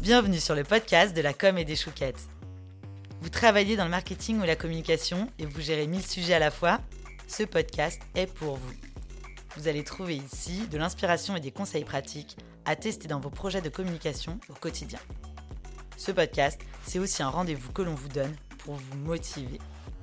Bienvenue sur le podcast de la com et des chouquettes. Vous travaillez dans le marketing ou la communication et vous gérez 1000 sujets à la fois? Ce podcast est pour vous. Vous allez trouver ici de l'inspiration et des conseils pratiques à tester dans vos projets de communication au quotidien. Ce podcast, c'est aussi un rendez-vous que l'on vous donne pour vous motiver.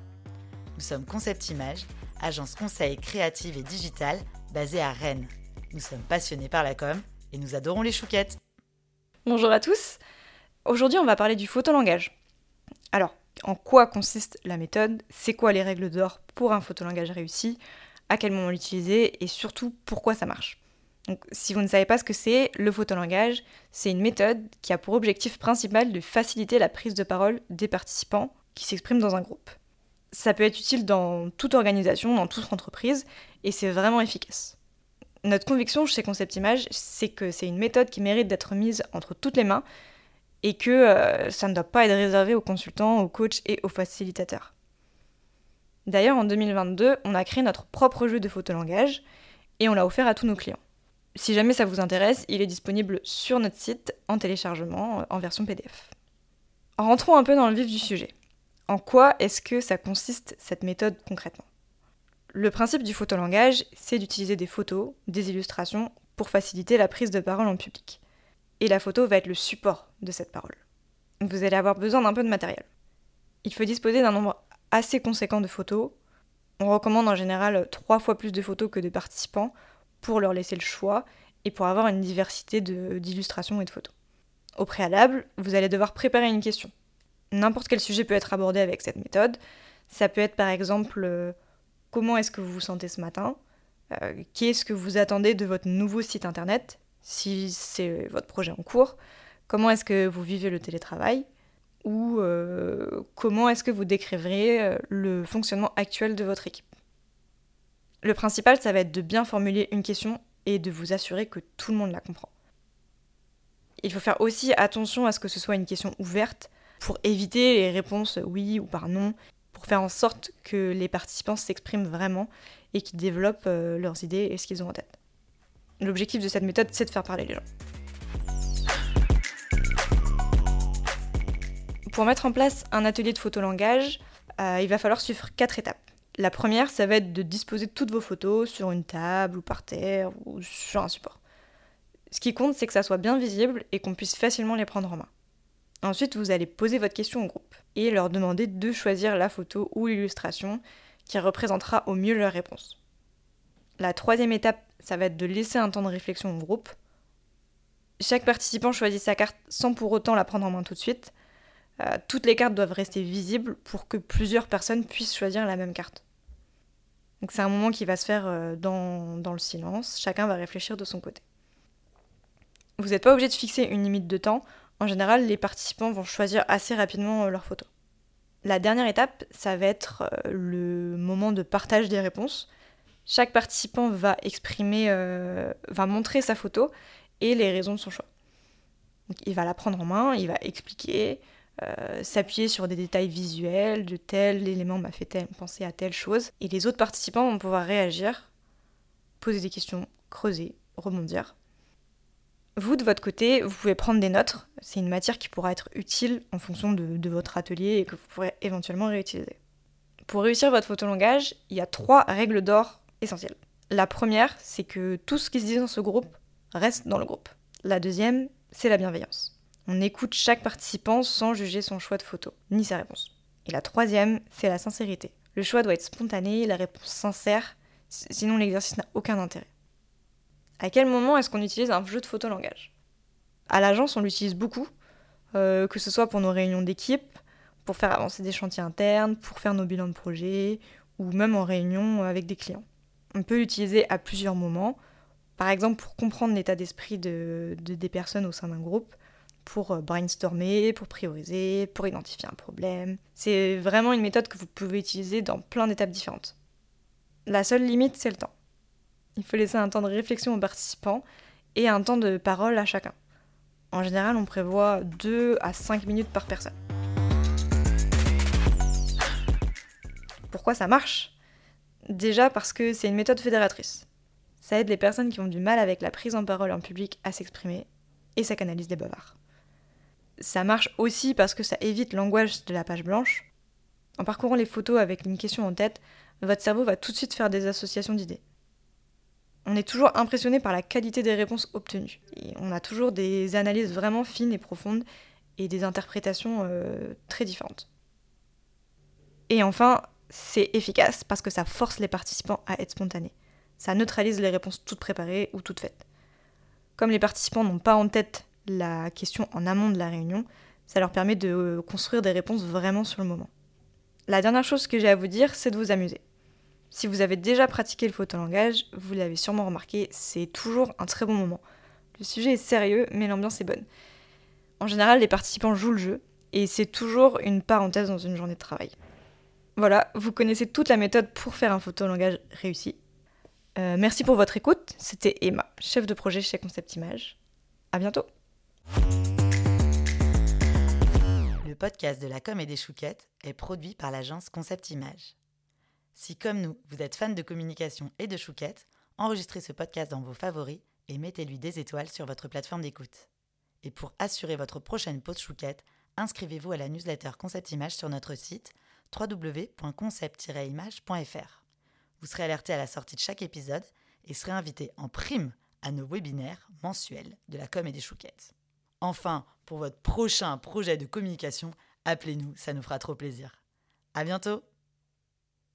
Nous sommes Concept Image, agence conseil créative et digitale basée à Rennes. Nous sommes passionnés par la com et nous adorons les chouquettes. Bonjour à tous. Aujourd'hui, on va parler du photolangage. Alors, en quoi consiste la méthode? C'est quoi les règles d'or pour un photolangage réussi? À quel moment l'utiliser? Et surtout, pourquoi ça marche? Donc, si vous ne savez pas ce que c'est, le photolangage, c'est une méthode qui a pour objectif principal de faciliter la prise de parole des participants qui s'expriment dans un groupe. Ça peut être utile dans toute organisation, dans toute entreprise, et c'est vraiment efficace. Notre conviction chez Concept Image, c'est que c'est une méthode qui mérite d'être mise entre toutes les mains et que ça ne doit pas être réservé aux consultants, aux coachs et aux facilitateurs. D'ailleurs, en 2022, on a créé notre propre jeu de photolangage et on l'a offert à tous nos clients. Si jamais ça vous intéresse, il est disponible sur notre site en téléchargement en version PDF. Rentrons un peu dans le vif du sujet. En quoi est-ce que ça consiste cette méthode concrètement ? Le principe du photolangage, c'est d'utiliser des photos, des illustrations pour faciliter la prise de parole en public. Et la photo va être le support de cette parole. Vous allez avoir besoin d'un peu de matériel. Il faut disposer d'un nombre assez conséquent de photos. On recommande en général 3 fois plus de photos que de participants pour leur laisser le choix et pour avoir une diversité d'illustrations et de photos. Au préalable, vous allez devoir préparer une question. N'importe quel sujet peut être abordé avec cette méthode. Ça peut être par exemple comment est-ce que vous vous sentez ce matin, qu'est-ce que vous attendez de votre nouveau site internet, si c'est votre projet en cours, comment est-ce que vous vivez le télétravail, ou comment est-ce que vous décriveriez le fonctionnement actuel de votre équipe. Le principal, ça va être de bien formuler une question et de vous assurer que tout le monde la comprend. Il faut faire aussi attention à ce que ce soit une question ouverte pour éviter les réponses oui ou par non, pour faire en sorte que les participants s'expriment vraiment et qu'ils développent leurs idées et ce qu'ils ont en tête. L'objectif de cette méthode, c'est de faire parler les gens. Pour mettre en place un atelier de photolangage, il va falloir suivre 4 étapes. La première, ça va être de disposer toutes vos photos sur une table ou par terre ou sur un support. Ce qui compte, c'est que ça soit bien visible et qu'on puisse facilement les prendre en main. Ensuite, vous allez poser votre question au groupe et leur demander de choisir la photo ou l'illustration qui représentera au mieux leur réponse. La troisième étape, ça va être de laisser un temps de réflexion au groupe. Chaque participant choisit sa carte sans pour autant la prendre en main tout de suite. Toutes les cartes doivent rester visibles pour que plusieurs personnes puissent choisir la même carte. Donc c'est un moment qui va se faire dans le silence, chacun va réfléchir de son côté. Vous n'êtes pas obligé de fixer une limite de temps. En général, les participants vont choisir assez rapidement leur photo. La dernière étape, ça va être le moment de partage des réponses. Chaque participant va va montrer sa photo et les raisons de son choix. Donc, il va la prendre en main, il va expliquer, s'appuyer sur des détails visuels, de tel élément m'a fait penser à telle chose. Et les autres participants vont pouvoir réagir, poser des questions, creuser, rebondir. Vous, de votre côté, vous pouvez prendre des notes. C'est une matière qui pourra être utile en fonction de votre atelier et que vous pourrez éventuellement réutiliser. Pour réussir votre photolangage, il y a 3 règles d'or essentielles. La première, c'est que tout ce qui se dit dans ce groupe reste dans le groupe. La deuxième, c'est la bienveillance. On écoute chaque participant sans juger son choix de photo, ni sa réponse. Et la troisième, c'est la sincérité. Le choix doit être spontané, la réponse sincère, sinon l'exercice n'a aucun intérêt. À quel moment est-ce qu'on utilise un jeu de photolangage ? À l'agence, on l'utilise beaucoup, que ce soit pour nos réunions d'équipe, pour faire avancer des chantiers internes, pour faire nos bilans de projet, ou même en réunion avec des clients. On peut l'utiliser à plusieurs moments, par exemple pour comprendre l'état d'esprit des personnes au sein d'un groupe, pour brainstormer, pour prioriser, pour identifier un problème. C'est vraiment une méthode que vous pouvez utiliser dans plein d'étapes différentes. La seule limite, c'est le temps. Il faut laisser un temps de réflexion aux participants et un temps de parole à chacun. En général, on prévoit 2 à 5 minutes par personne. Pourquoi ça marche ? Déjà parce que c'est une méthode fédératrice. Ça aide les personnes qui ont du mal avec la prise en parole en public à s'exprimer et ça canalise les bavards. ça marche aussi parce que ça évite l'angoisse de la page blanche. En parcourant les photos avec une question en tête, votre cerveau va tout de suite faire des associations d'idées. On est toujours impressionné par la qualité des réponses obtenues. Et on a toujours des analyses vraiment fines et profondes et des interprétations très différentes. Et enfin, c'est efficace parce que ça force les participants à être spontanés. Ça neutralise les réponses toutes préparées ou toutes faites. Comme les participants n'ont pas en tête la question en amont de la réunion, ça leur permet de construire des réponses vraiment sur le moment. La dernière chose que j'ai à vous dire, c'est de vous amuser. Si vous avez déjà pratiqué le photolangage, vous l'avez sûrement remarqué, c'est toujours un très bon moment. Le sujet est sérieux, mais l'ambiance est bonne. En général, les participants jouent le jeu, et c'est toujours une parenthèse dans une journée de travail. Voilà, vous connaissez toute la méthode pour faire un photolangage réussi. Merci pour votre écoute, c'était Emma, chef de projet chez Concept Image. À bientôt. Le podcast de la com et des chouquettes est produit par l'agence Concept Image. Si, comme nous, vous êtes fan de communication et de chouquettes, enregistrez ce podcast dans vos favoris et mettez-lui des étoiles sur votre plateforme d'écoute. Et pour assurer votre prochaine pause chouquette, inscrivez-vous à la newsletter Concept Image sur notre site www.concept-image.fr. Vous serez alerté à la sortie de chaque épisode et serez invité en prime à nos webinaires mensuels de la com et des chouquettes. Enfin, pour votre prochain projet de communication, appelez-nous, ça nous fera trop plaisir. À bientôt!